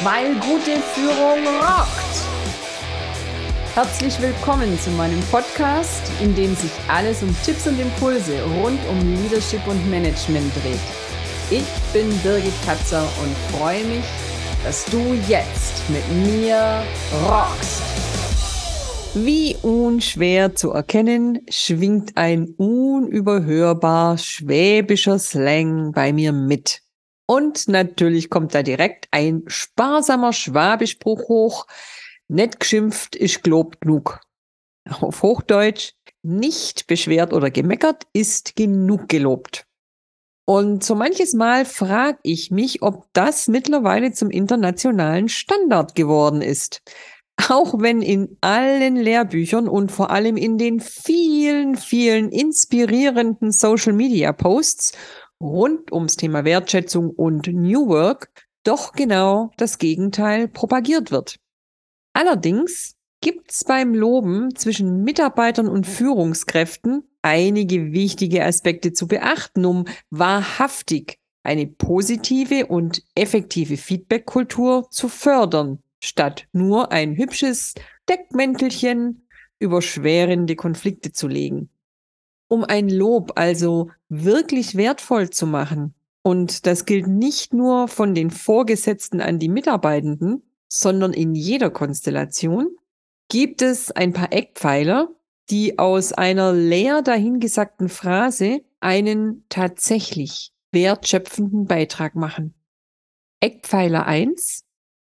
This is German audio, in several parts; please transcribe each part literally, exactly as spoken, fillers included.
weil gute Führung rockt. Herzlich willkommen zu meinem Podcast, in dem sich alles um Tipps und Impulse rund um Leadership und Management dreht. Ich bin Birgit Katzer und freue mich, dass du jetzt mit mir rockst. Wie unschwer zu erkennen, schwingt ein unüberhörbar schwäbischer Slang bei mir mit. Und natürlich kommt da direkt ein sparsamer Schwabispruch hoch: Nicht geschimpft ist gelobt genug. Auf Hochdeutsch: Nicht beschwert oder gemeckert ist genug gelobt. Und so manches Mal frage ich mich, ob das mittlerweile zum internationalen Standard geworden ist. Auch wenn in allen Lehrbüchern und vor allem in den vielen, vielen inspirierenden Social-Media-Posts rund ums Thema Wertschätzung und New Work doch genau das Gegenteil propagiert wird. Allerdings gibt's beim Loben zwischen Mitarbeitern und Führungskräften einige wichtige Aspekte zu beachten, um wahrhaftig eine positive und effektive Feedback-Kultur zu fördern, statt nur ein hübsches Deckmäntelchen über schwerende Konflikte zu legen. Um ein Lob also wirklich wertvoll zu machen, und das gilt nicht nur von den Vorgesetzten an die Mitarbeitenden, sondern in jeder Konstellation, gibt es ein paar Eckpfeiler, die aus einer leer dahingesagten Phrase einen tatsächlich wertschöpfenden Beitrag machen. Eckpfeiler eins: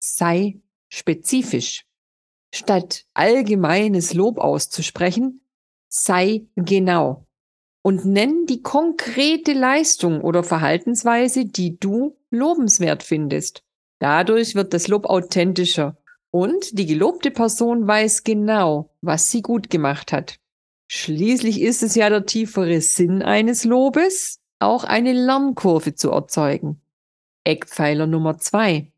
Sei spezifisch. Statt allgemeines Lob auszusprechen, sei genau und nenn die konkrete Leistung oder Verhaltensweise, die du lobenswert findest. Dadurch wird das Lob authentischer und die gelobte Person weiß genau, was sie gut gemacht hat. Schließlich ist es ja der tiefere Sinn eines Lobes, auch eine Lernkurve zu erzeugen. Eckpfeiler Nummer zwei: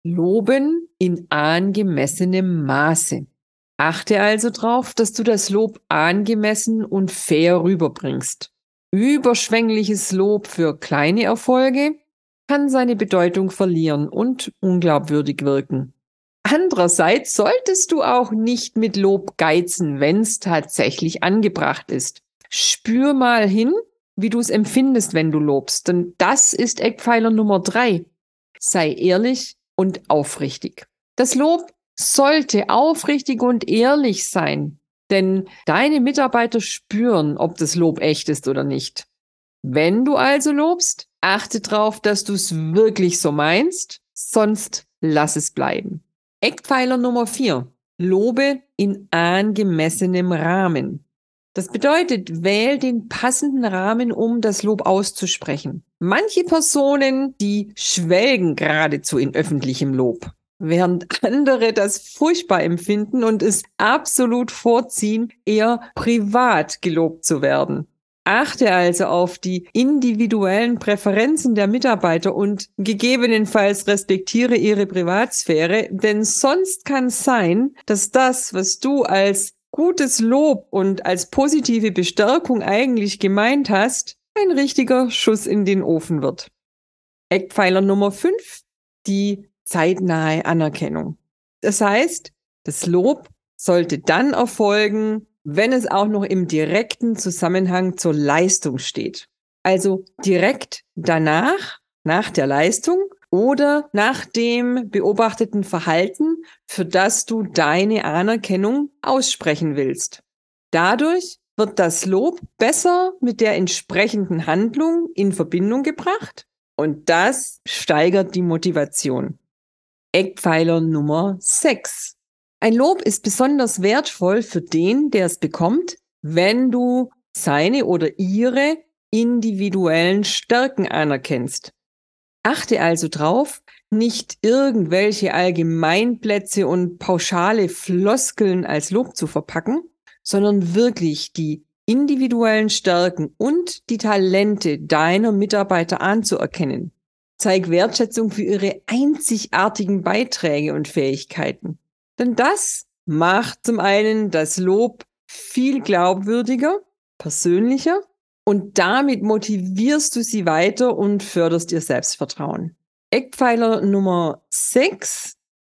Loben in angemessenem Maße. Achte also darauf, dass du das Lob angemessen und fair rüberbringst. Überschwängliches Lob für kleine Erfolge kann seine Bedeutung verlieren und unglaubwürdig wirken. Andererseits solltest du auch nicht mit Lob geizen, wenn es tatsächlich angebracht ist. Spür mal hin, wie du es empfindest, wenn du lobst, denn das ist Eckpfeiler Nummer drei. Sei ehrlich und aufrichtig. Das Lob sollte aufrichtig und ehrlich sein, denn deine Mitarbeiter spüren, ob das Lob echt ist oder nicht. Wenn du also lobst, achte darauf, dass du es wirklich so meinst, sonst lass es bleiben. Eckpfeiler Nummer vier: Lobe in angemessenem Rahmen. Das bedeutet, wähl den passenden Rahmen, um das Lob auszusprechen. Manche Personen, die schwelgen geradezu in öffentlichem Lob, während andere das furchtbar empfinden und es absolut vorziehen, eher privat gelobt zu werden. Achte also auf die individuellen Präferenzen der Mitarbeiter und gegebenenfalls respektiere ihre Privatsphäre, denn sonst kann es sein, dass das, was du als gutes Lob und als positive Bestärkung eigentlich gemeint hast, ein richtiger Schuss in den Ofen wird. Eckpfeiler Nummer fünf: Die zeitnahe Anerkennung. Das heißt, das Lob sollte dann erfolgen, wenn es auch noch im direkten Zusammenhang zur Leistung steht. Also direkt danach, nach der Leistung oder nach dem beobachteten Verhalten, für das du deine Anerkennung aussprechen willst. Dadurch wird das Lob besser mit der entsprechenden Handlung in Verbindung gebracht und das steigert die Motivation. Eckpfeiler Nummer sechs. Ein Lob ist besonders wertvoll für den, der es bekommt, wenn du seine oder ihre individuellen Stärken anerkennst. Achte also drauf, nicht irgendwelche Allgemeinplätze und pauschale Floskeln als Lob zu verpacken, sondern wirklich die individuellen Stärken und die Talente deiner Mitarbeiter anzuerkennen. Zeig Wertschätzung für ihre einzigartigen Beiträge und Fähigkeiten. Denn das macht zum einen das Lob viel glaubwürdiger, persönlicher und damit motivierst du sie weiter und förderst ihr Selbstvertrauen. Eckpfeiler Nummer sechs: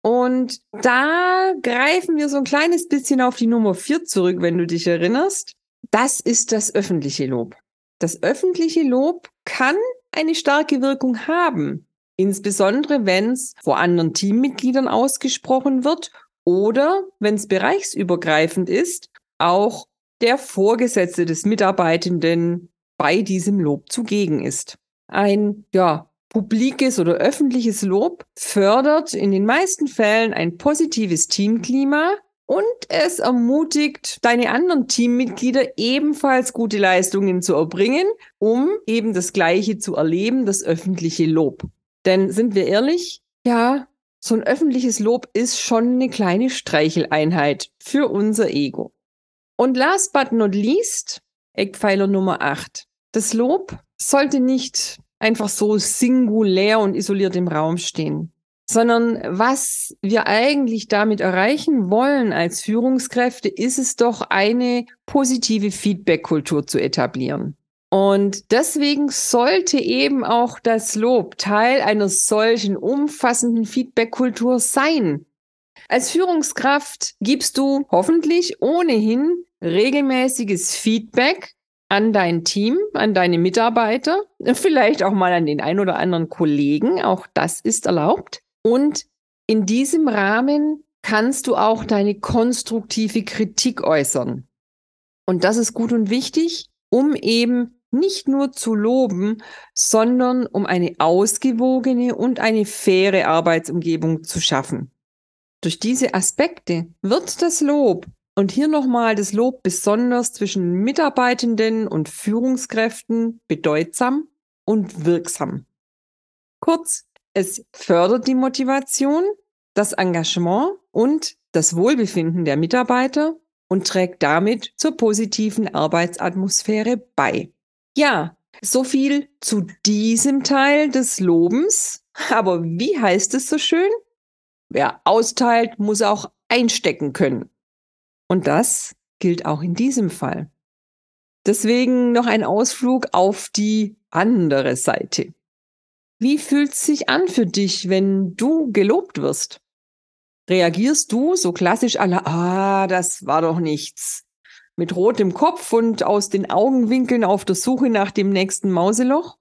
Und da greifen wir so ein kleines bisschen auf die Nummer vier zurück, wenn du dich erinnerst. Das ist das öffentliche Lob. Das öffentliche Lob kann eine starke Wirkung haben, insbesondere wenn es vor anderen Teammitgliedern ausgesprochen wird oder wenn es bereichsübergreifend ist, auch der Vorgesetzte des Mitarbeitenden bei diesem Lob zugegen ist. Ein, ja, publikes oder öffentliches Lob fördert in den meisten Fällen ein positives Teamklima und es ermutigt deine anderen Teammitglieder ebenfalls gute Leistungen zu erbringen, um eben das Gleiche zu erleben, das öffentliche Lob. Denn sind wir ehrlich, ja, so ein öffentliches Lob ist schon eine kleine Streicheleinheit für unser Ego. Und last but not least, Eckpfeiler Nummer acht. Das Lob sollte nicht einfach so singulär und isoliert im Raum stehen, sondern was wir eigentlich damit erreichen wollen als Führungskräfte, ist es doch, eine positive Feedback-Kultur zu etablieren. Und deswegen sollte eben auch das Lob Teil einer solchen umfassenden Feedback-Kultur sein. Als Führungskraft gibst du hoffentlich ohnehin regelmäßiges Feedback an dein Team, an deine Mitarbeiter, vielleicht auch mal an den ein oder anderen Kollegen, auch das ist erlaubt. Und in diesem Rahmen kannst du auch deine konstruktive Kritik äußern. Und das ist gut und wichtig, um eben nicht nur zu loben, sondern um eine ausgewogene und eine faire Arbeitsumgebung zu schaffen. Durch diese Aspekte wird das Lob, und hier nochmal das Lob besonders zwischen Mitarbeitenden und Führungskräften, bedeutsam und wirksam. Kurz, es fördert die Motivation, das Engagement und das Wohlbefinden der Mitarbeiter und trägt damit zur positiven Arbeitsatmosphäre bei. Ja, so viel zu diesem Teil des Lobens. Aber wie heißt es so schön? Wer austeilt, muss auch einstecken können. Und das gilt auch in diesem Fall. Deswegen noch ein Ausflug auf die andere Seite. Wie fühlt es sich an für dich, wenn du gelobt wirst? Reagierst du so klassisch à la, ah, das war doch nichts, mit rotem Kopf und aus den Augenwinkeln auf der Suche nach dem nächsten Mauseloch?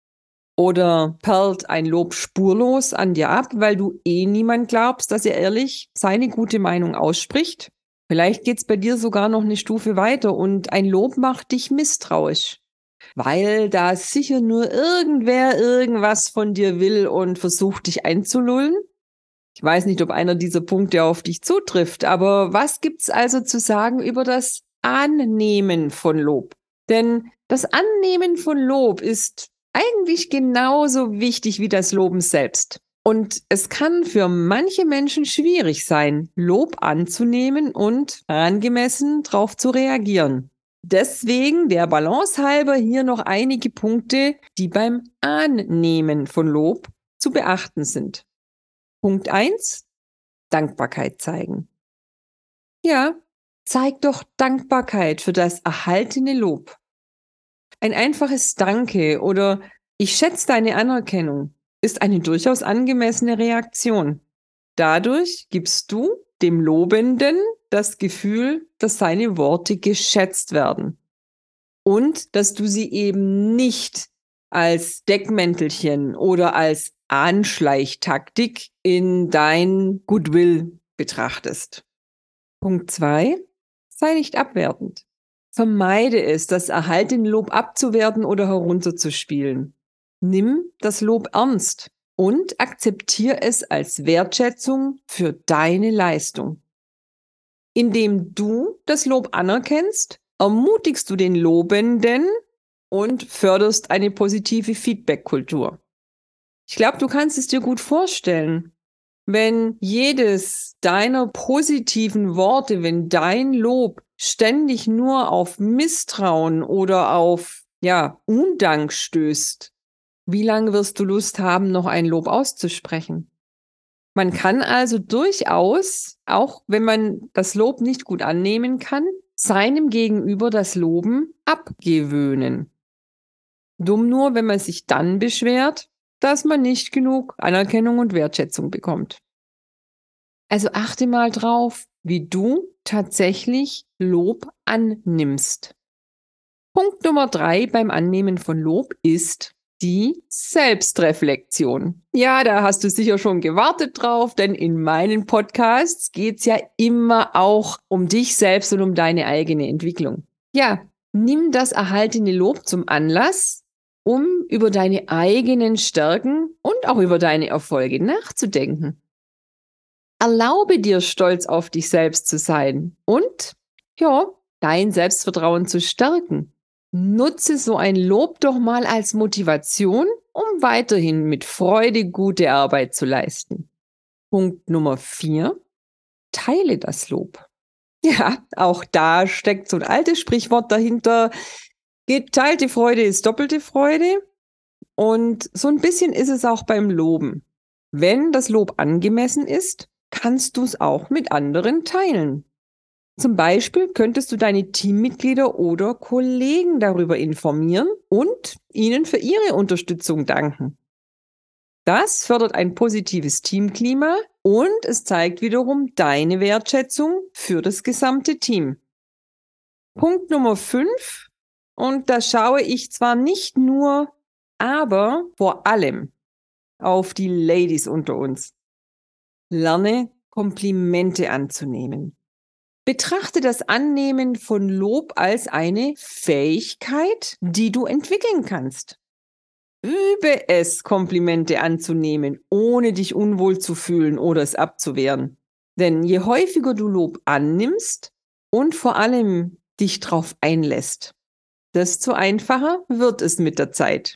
Oder perlt ein Lob spurlos an dir ab, weil du eh niemand glaubst, dass er ehrlich seine gute Meinung ausspricht? Vielleicht geht's bei dir sogar noch eine Stufe weiter und ein Lob macht dich misstrauisch, weil da sicher nur irgendwer irgendwas von dir will und versucht, dich einzulullen. Ich weiß nicht, ob einer dieser Punkte auf dich zutrifft, aber was gibt's also zu sagen über das Annehmen von Lob? Denn das Annehmen von Lob ist eigentlich genauso wichtig wie das Loben selbst. Und es kann für manche Menschen schwierig sein, Lob anzunehmen und angemessen darauf zu reagieren. Deswegen der Balance halber hier noch einige Punkte, die beim Annehmen von Lob zu beachten sind. Punkt eins: Dankbarkeit zeigen. Ja, zeig doch Dankbarkeit für das erhaltene Lob. Ein einfaches Danke oder ich schätze deine Anerkennung ist eine durchaus angemessene Reaktion. Dadurch gibst du dem Lobenden das Gefühl, dass seine Worte geschätzt werden und dass du sie eben nicht als Deckmäntelchen oder als Anschleichtaktik in dein Goodwill betrachtest. Punkt zwei: Sei nicht abwertend. Vermeide es, das erhaltene Lob abzuwerten oder herunterzuspielen. Nimm das Lob ernst und akzeptiere es als Wertschätzung für deine Leistung. Indem du das Lob anerkennst, ermutigst du den Lobenden und förderst eine positive Feedback-Kultur. Ich glaube, du kannst es dir gut vorstellen, wenn jedes deiner positiven Worte, wenn dein Lob ständig nur auf Misstrauen oder auf, ja, Undank stößt, wie lange wirst du Lust haben, noch ein Lob auszusprechen? Man kann also durchaus, auch wenn man das Lob nicht gut annehmen kann, seinem Gegenüber das Loben abgewöhnen. Dumm nur, wenn man sich dann beschwert, dass man nicht genug Anerkennung und Wertschätzung bekommt. Also achte mal drauf, wie du tatsächlich Lob annimmst. Punkt Nummer drei beim Annehmen von Lob ist die Selbstreflexion. Ja, da hast du sicher schon gewartet drauf, denn in meinen Podcasts geht es ja immer auch um dich selbst und um deine eigene Entwicklung. Ja, nimm das erhaltene Lob zum Anlass, um über deine eigenen Stärken und auch über deine Erfolge nachzudenken. Erlaube dir, stolz auf dich selbst zu sein und, ja, dein Selbstvertrauen zu stärken. Nutze so ein Lob doch mal als Motivation, um weiterhin mit Freude gute Arbeit zu leisten. Punkt Nummer vier. Teile das Lob. Ja, auch da steckt so ein altes Sprichwort dahinter. Geteilte Freude ist doppelte Freude. Und so ein bisschen ist es auch beim Loben. Wenn das Lob angemessen ist, kannst du es auch mit anderen teilen. Zum Beispiel könntest du deine Teammitglieder oder Kollegen darüber informieren und ihnen für ihre Unterstützung danken. Das fördert ein positives Teamklima und es zeigt wiederum deine Wertschätzung für das gesamte Team. Punkt Nummer fünf, und da schaue ich zwar nicht nur, aber vor allem auf die Ladies unter uns. Lerne, Komplimente anzunehmen. Betrachte das Annehmen von Lob als eine Fähigkeit, die du entwickeln kannst. Übe es, Komplimente anzunehmen, ohne dich unwohl zu fühlen oder es abzuwehren. Denn je häufiger du Lob annimmst und vor allem dich drauf einlässt, desto einfacher wird es mit der Zeit.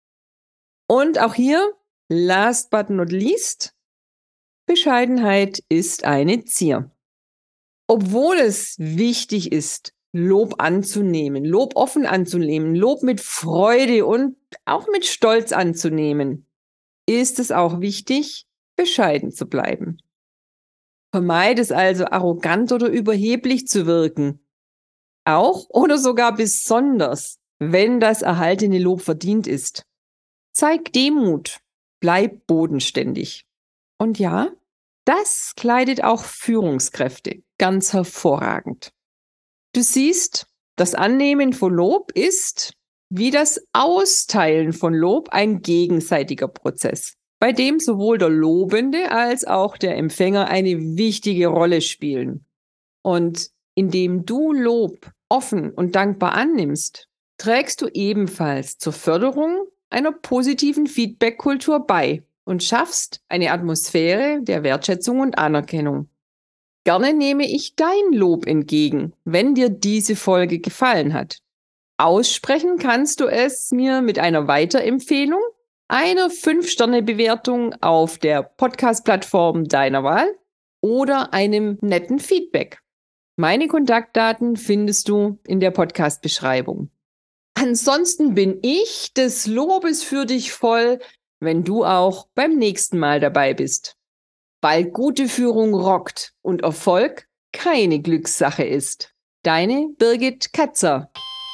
Und auch hier, last but not least, Bescheidenheit ist eine Zier. Obwohl es wichtig ist, Lob anzunehmen, Lob offen anzunehmen, Lob mit Freude und auch mit Stolz anzunehmen, ist es auch wichtig, bescheiden zu bleiben. Vermeide es also, arrogant oder überheblich zu wirken. Auch oder sogar besonders, wenn das erhaltene Lob verdient ist. Zeig Demut, bleib bodenständig. Und ja, das kleidet auch Führungskräfte ganz hervorragend. Du siehst, das Annehmen von Lob ist, wie das Austeilen von Lob, ein gegenseitiger Prozess, bei dem sowohl der Lobende als auch der Empfänger eine wichtige Rolle spielen. Und indem du Lob offen und dankbar annimmst, trägst du ebenfalls zur Förderung einer positiven Feedback-Kultur bei und schaffst eine Atmosphäre der Wertschätzung und Anerkennung. Gerne nehme ich dein Lob entgegen, wenn dir diese Folge gefallen hat. Aussprechen kannst du es mir mit einer Weiterempfehlung, einer fünf Sterne Bewertung auf der Podcast-Plattform deiner Wahl oder einem netten Feedback. Meine Kontaktdaten findest du in der Podcast-Beschreibung. Ansonsten bin ich des Lobes für dich voll, wenn du auch beim nächsten Mal dabei bist. Weil gute Führung rockt und Erfolg keine Glückssache ist. Deine Birgit Katzer.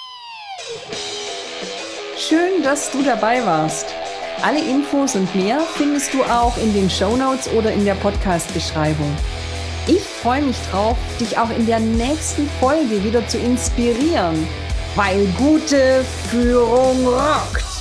Schön, dass du dabei warst. Alle Infos und mehr findest du auch in den Shownotes oder in der Podcast-Beschreibung. Ich freue mich drauf, dich auch in der nächsten Folge wieder zu inspirieren, weil gute Führung rockt.